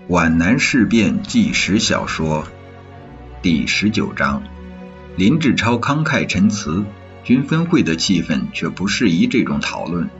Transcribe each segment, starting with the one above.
皖南事变纪实小说第19章。林志超慷慨陈词，军分会的气氛却不适宜这种讨论。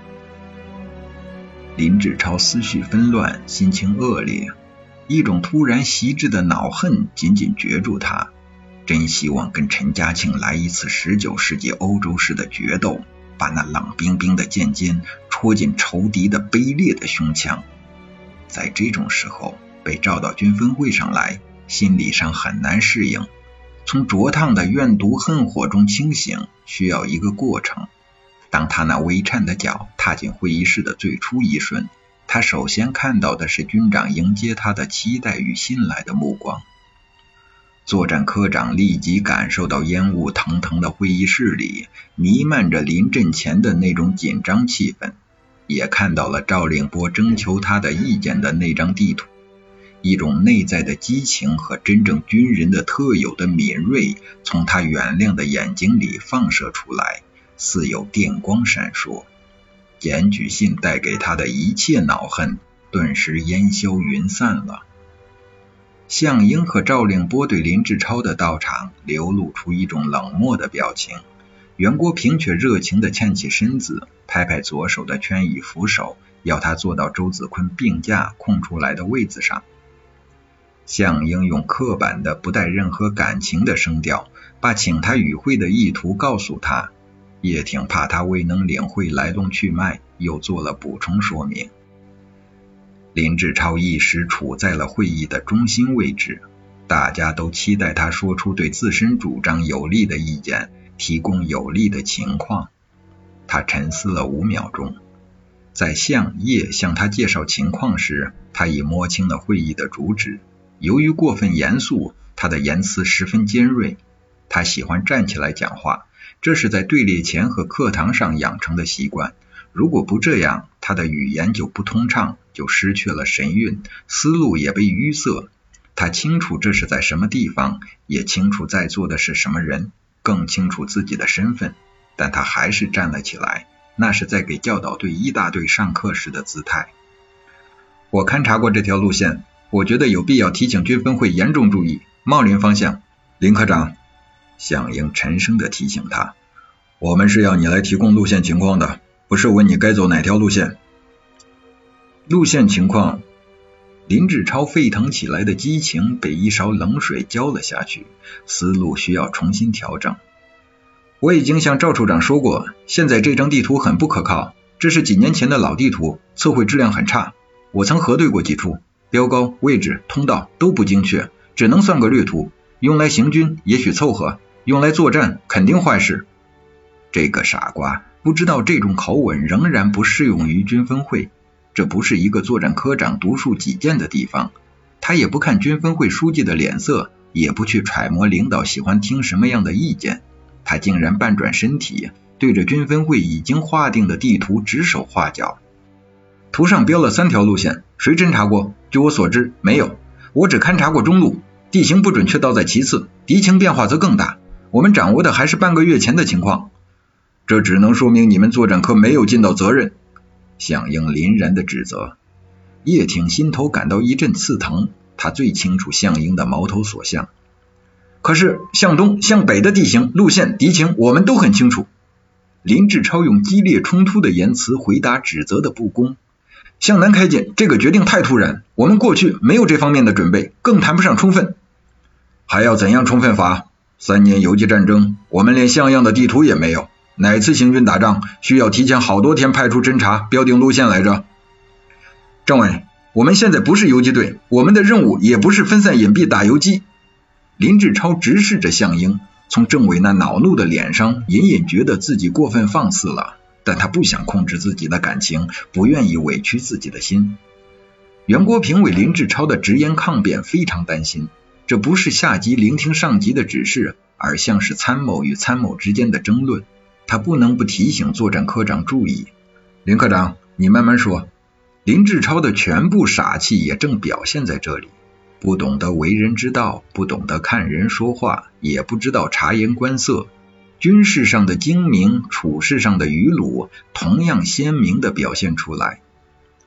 林志超思绪纷乱，心情恶劣，一种突然袭至的恼恨紧紧攫住他，真希望跟陈嘉庆来一次19世纪欧洲式的决斗，把那冷冰冰的剑尖戳进仇敌的卑劣的胸腔。在这种时候被召到军分会上来，心理上很难适应，从灼烫的怨毒恨火中清醒需要一个过程。当他那微颤的脚踏进会议室的最初一瞬，他首先看到的是军长迎接他的期待与信赖的目光。作战科长立即感受到烟雾腾腾的会议室里弥漫着临阵前的那种紧张气氛，也看到了赵令波征求他的意见的那张地图。一种内在的激情和真正军人的特有的敏锐从他远亮的眼睛里放射出来，似有电光闪烁。检举信带给他的一切恼恨顿时烟消云散了。项英和赵令波对林志超的到场流露出一种冷漠的表情，袁国平却热情地欠起身子，拍拍左手的圈椅扶手，要他坐到周子坤病假空出来的位子上。项英用刻板的不带任何感情的声调把请他与会的意图告诉他，叶挺怕他未能领会来龙去脉，又做了补充说明。林志超一时处在了会议的中心位置，大家都期待他说出对自身主张有利的意见，提供有利的情况。他沉思了5秒钟，在项叶向他介绍情况时，他已摸清了会议的主旨。由于过分严肃，他的言辞十分尖锐。他喜欢站起来讲话，这是在队列前和课堂上养成的习惯。如果不这样，他的语言就不通畅，就失去了神韵，思路也被淤塞。他清楚这是在什么地方，也清楚在座的是什么人，更清楚自己的身份，但他还是站了起来，那是在给教导队一大队上课时的姿态。我勘察过这条路线，我觉得有必要提醒军分会严重注意茂林方向。林科长，项英沉声地提醒他，我们是要你来提供路线情况的，不是问你该走哪条路线。路线情况，林志超沸腾起来的激情被一勺冷水浇了下去，思路需要重新调整。我已经向赵处长说过，现在这张地图很不可靠，这是几年前的老地图，测绘质量很差。我曾核对过几处，标高、位置、通道都不精确，只能算个略图，用来行军也许凑合，用来作战肯定坏事。这个傻瓜不知道这种口吻仍然不适用于军分会，这不是一个作战科长独树己见的地方。他也不看军分会书记的脸色，也不去揣摩领导喜欢听什么样的意见，他竟然半转身体，对着军分会已经划定的地图指手画脚。图上标了3条路线，谁侦查过？据我所知，没有。我只勘察过中路，地形不准确倒在其次，敌情变化则更大。我们掌握的还是半个月前的情况。这只能说明你们作战科没有尽到责任。项英凛然的指责。叶挺心头感到一阵刺疼，他最清楚项英的矛头所向。可是向东向北的地形、路线、敌情我们都很清楚。林志超用激烈冲突的言辞回答指责的不公。向南开进，这个决定太突然，我们过去没有这方面的准备，更谈不上充分。还要怎样充分法？3年游击战争，我们连像样的地图也没有，哪次行军打仗需要提前好多天派出侦察标定路线来着？政委，我们现在不是游击队，我们的任务也不是分散隐蔽打游击。林志超直视着项英，从政委那恼怒的脸上隐隐觉得自己过分放肆了，但他不想控制自己的感情，不愿意委屈自己的心。袁国平为林志超的直言抗辩非常担心，这不是下级聆听上级的指示，而像是参谋与参谋之间的争论。他不能不提醒作战科长注意。林科长，你慢慢说。林志超的全部傻气也正表现在这里，不懂得为人之道，不懂得看人说话，也不知道察言观色。军事上的精明，处事上的愚鲁，同样鲜明地表现出来。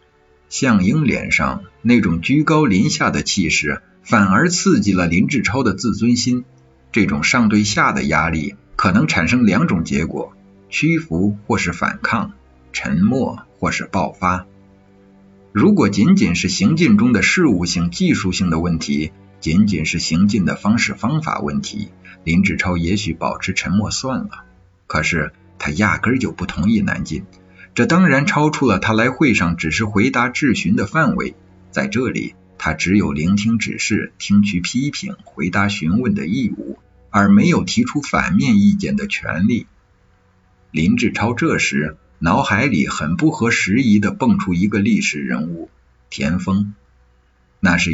项英脸上那种居高临下的气势，反而刺激了林志超的自尊心。这种上对下的压力可能产生两种结果：屈服或是反抗，沉默或是爆发。如果仅仅是行进中的事务性、技术性的问题，仅仅是行进的方式方法问题，林志超也许保持沉默算了。可是他压根就不同意南进，这当然超出了他来会上只是回答质询的范围。在这里，他只有聆听指示、听取批评、回答询问的义务，而没有提出反面意见的权利。林志超这时脑海里很不合时宜地蹦出一个历史人物——田丰。那是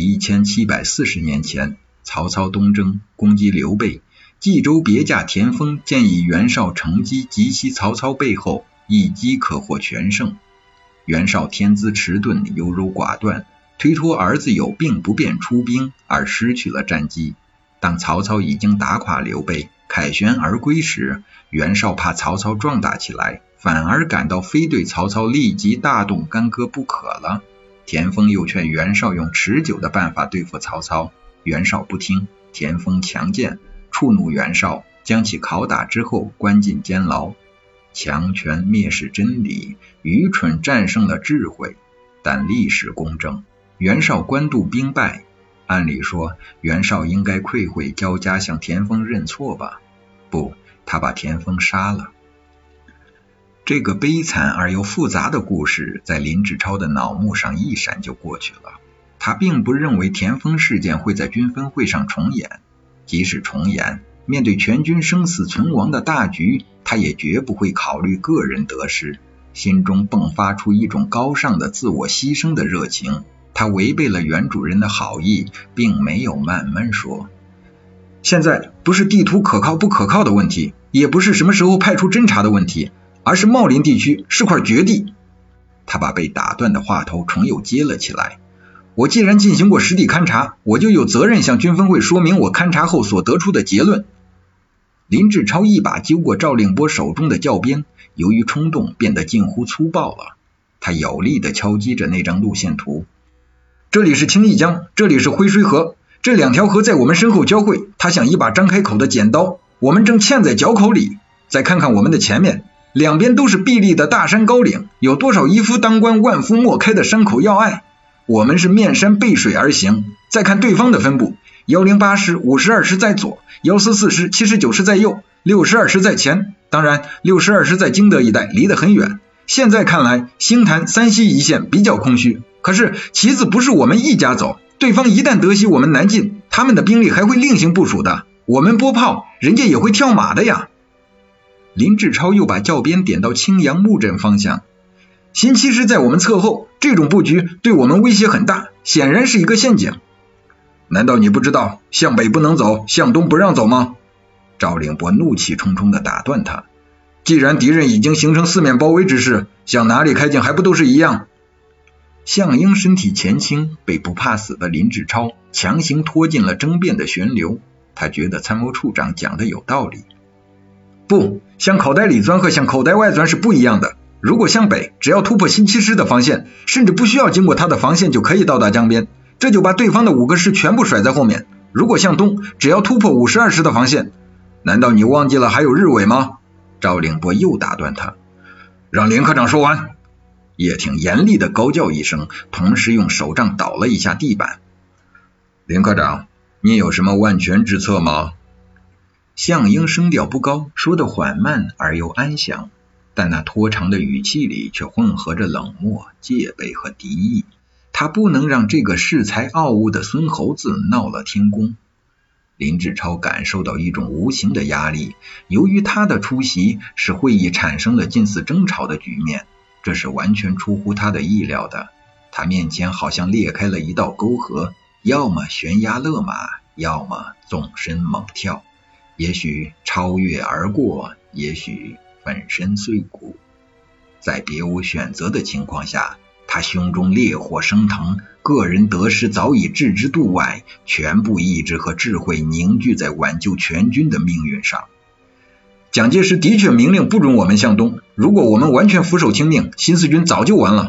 1740年前，曹操东征攻击刘备，冀州别驾田丰建议袁绍乘机急袭曹操背后，一击可获全胜。袁绍天资迟钝，优柔寡断，推脱儿子有病不便出兵，而失去了战机。当曹操已经打垮刘备，凯旋而归时，袁绍怕曹操壮大起来，反而感到非对曹操立即大动干戈不可了。田丰又劝袁绍用持久的办法对付曹操，袁绍不听，田丰强谏，触怒袁绍，将其拷打之后关进监牢。强权蔑视真理，愚蠢战胜了智慧。但历史公正，袁绍官渡兵败，按理说袁绍应该愧悔交加，向田丰认错吧？不，他把田丰杀了。这个悲惨而又复杂的故事在林志超的脑幕上一闪就过去了。他并不认为田丰事件会在军分会上重演，即使重演，面对全军生死存亡的大局，他也绝不会考虑个人得失，心中迸发出一种高尚的自我牺牲的热情。他违背了袁主任的好意，并没有慢慢说，现在不是地图可靠不可靠的问题，也不是什么时候派出侦察的问题，而是茂林地区是块绝地。他把被打断的话头重又接了起来。我既然进行过实地勘察，我就有责任向军分会说明我勘察后所得出的结论。林志超一把揪过赵令波手中的教鞭，由于冲动变得近乎粗暴了。他有力地敲击着那张路线图。这里是青弋江，这里是灰水河，这两条河在我们身后交汇，它像一把张开口的剪刀，我们正嵌在角口里。再看看我们的前面，两边都是壁立的大山高岭，有多少一夫当关万夫莫开的山口要隘。我们是面山背水而行。再看对方的分布，108师、52师在左，144师、79师在右，62师在前。当然62师在荆德一带，离得很远。现在看来，星坛、三溪一线比较空虚，可是旗子不是我们一家走，对方一旦得悉我们南进，他们的兵力还会另行部署的，我们拨炮，人家也会跳马的呀。林志超又把教鞭点到青阳木镇方向。新七师在我们侧后，这种布局对我们威胁很大，显然是一个陷阱。难道你不知道向北不能走，向东不让走吗？赵令波怒气冲冲地打断他。既然敌人已经形成四面包围之势，向哪里开进还不都是一样？项英身体前倾，被不怕死的林志超强行拖进了争辩的旋流。他觉得参谋处长讲的有道理。不，向口袋里钻和向口袋外钻是不一样的。如果向北，只要突破新七师的防线，甚至不需要经过他的防线就可以到达江边，这就把对方的5个师全部甩在后面。如果向东，只要突破52师的防线，难道你忘记了还有日伪吗？赵令波又打断他，让林科长说完。叶挺严厉地高叫一声，同时用手杖捣了一下地板。林科长，你有什么万全之策吗？项英声调不高，说得缓慢而又安详，但那拖长的语气里却混合着冷漠、戒备和敌意。他不能让这个恃才傲物的孙猴子闹了天宫。林志超感受到一种无形的压力，由于他的出席，使会议产生了近似争吵的局面，这是完全出乎他的意料的。他面前好像裂开了一道沟壑，要么悬崖勒马，要么纵身猛跳，也许超越而过，也许粉身碎骨。在别无选择的情况下，他胸中烈火升腾，个人得失早已置之度外，全部意志和智慧凝聚在挽救全军的命运上。蒋介石的确明令不准我们向东，如果我们完全俯首听命，新四军早就完了。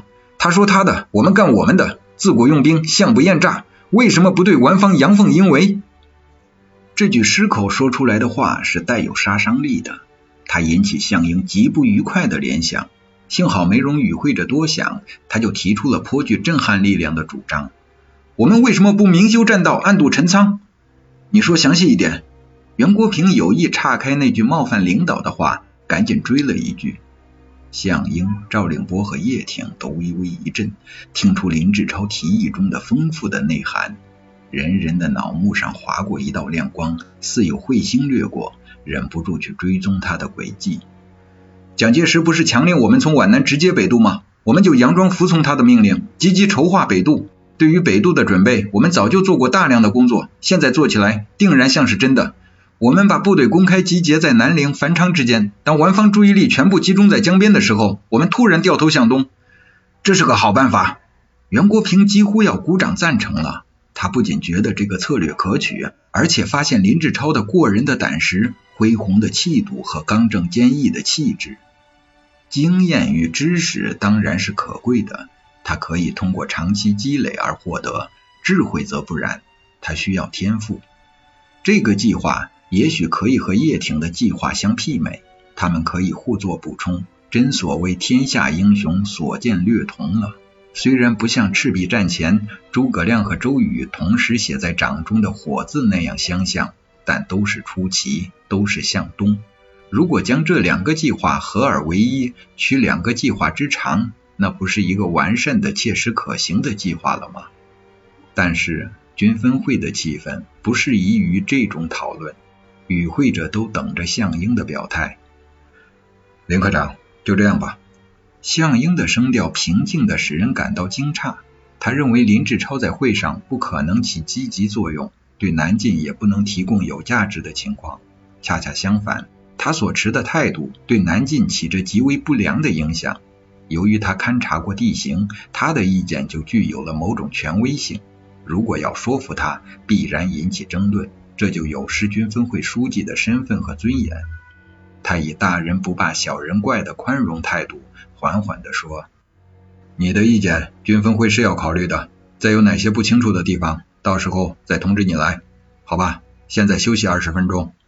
他说他的，我们干我们的，自古用兵，相不厌诈，为什么不对顽方阳奉阴违？这句失口说出来的话是带有杀伤力的，他引起项英极不愉快的联想。幸好没容与会者多想，他就提出了颇具震撼力量的主张：我们为什么不明修栈道，暗度陈仓？你说详细一点。袁国平有意岔开那句冒犯领导的话，赶紧追了一句。项英、赵令波和叶挺都微微一震，听出林志超提议中的丰富的内涵，人人的脑目上划过一道亮光，似有彗星掠过，忍不住去追踪他的轨迹。蒋介石不是强令我们从皖南直接北渡吗？我们就佯装服从他的命令，积极筹划北渡。对于北渡的准备，我们早就做过大量的工作，现在做起来定然像是真的。我们把部队公开集结在南陵、繁昌之间，当顽方注意力全部集中在江边的时候，我们突然掉头向东，这是个好办法。袁国平几乎要鼓掌赞成了，他不仅觉得这个策略可取，而且发现林志超的过人的胆识、恢宏的气度和刚正坚毅的气质。经验与知识当然是可贵的，他可以通过长期积累而获得，智慧则不然，他需要天赋。这个计划也许可以和叶挺的计划相媲美，他们可以互作补充，真所谓天下英雄所见略同了。虽然不像赤壁战前诸葛亮和周瑜同时写在掌中的火字那样相像，但都是出奇，都是向东。如果将这两个计划合而为一，取两个计划之长，那不是一个完善的切实可行的计划了吗？但是军分会的气氛不适宜于这种讨论，与会者都等着项英的表态。林科长，就这样吧。项英的声调平静的使人感到惊诧，他认为林志超在会上不可能起积极作用，对南进也不能提供有价值的情况。恰恰相反，他所持的态度对南进起着极为不良的影响。由于他勘察过地形，他的意见就具有了某种权威性。如果要说服他，必然引起争论，这就有失军分会书记的身份和尊严。他以大人不怕小人怪的宽容态度，缓缓地说：你的意见军分会是要考虑的，再有哪些不清楚的地方，到时候再通知你来。好吧，现在休息20分钟。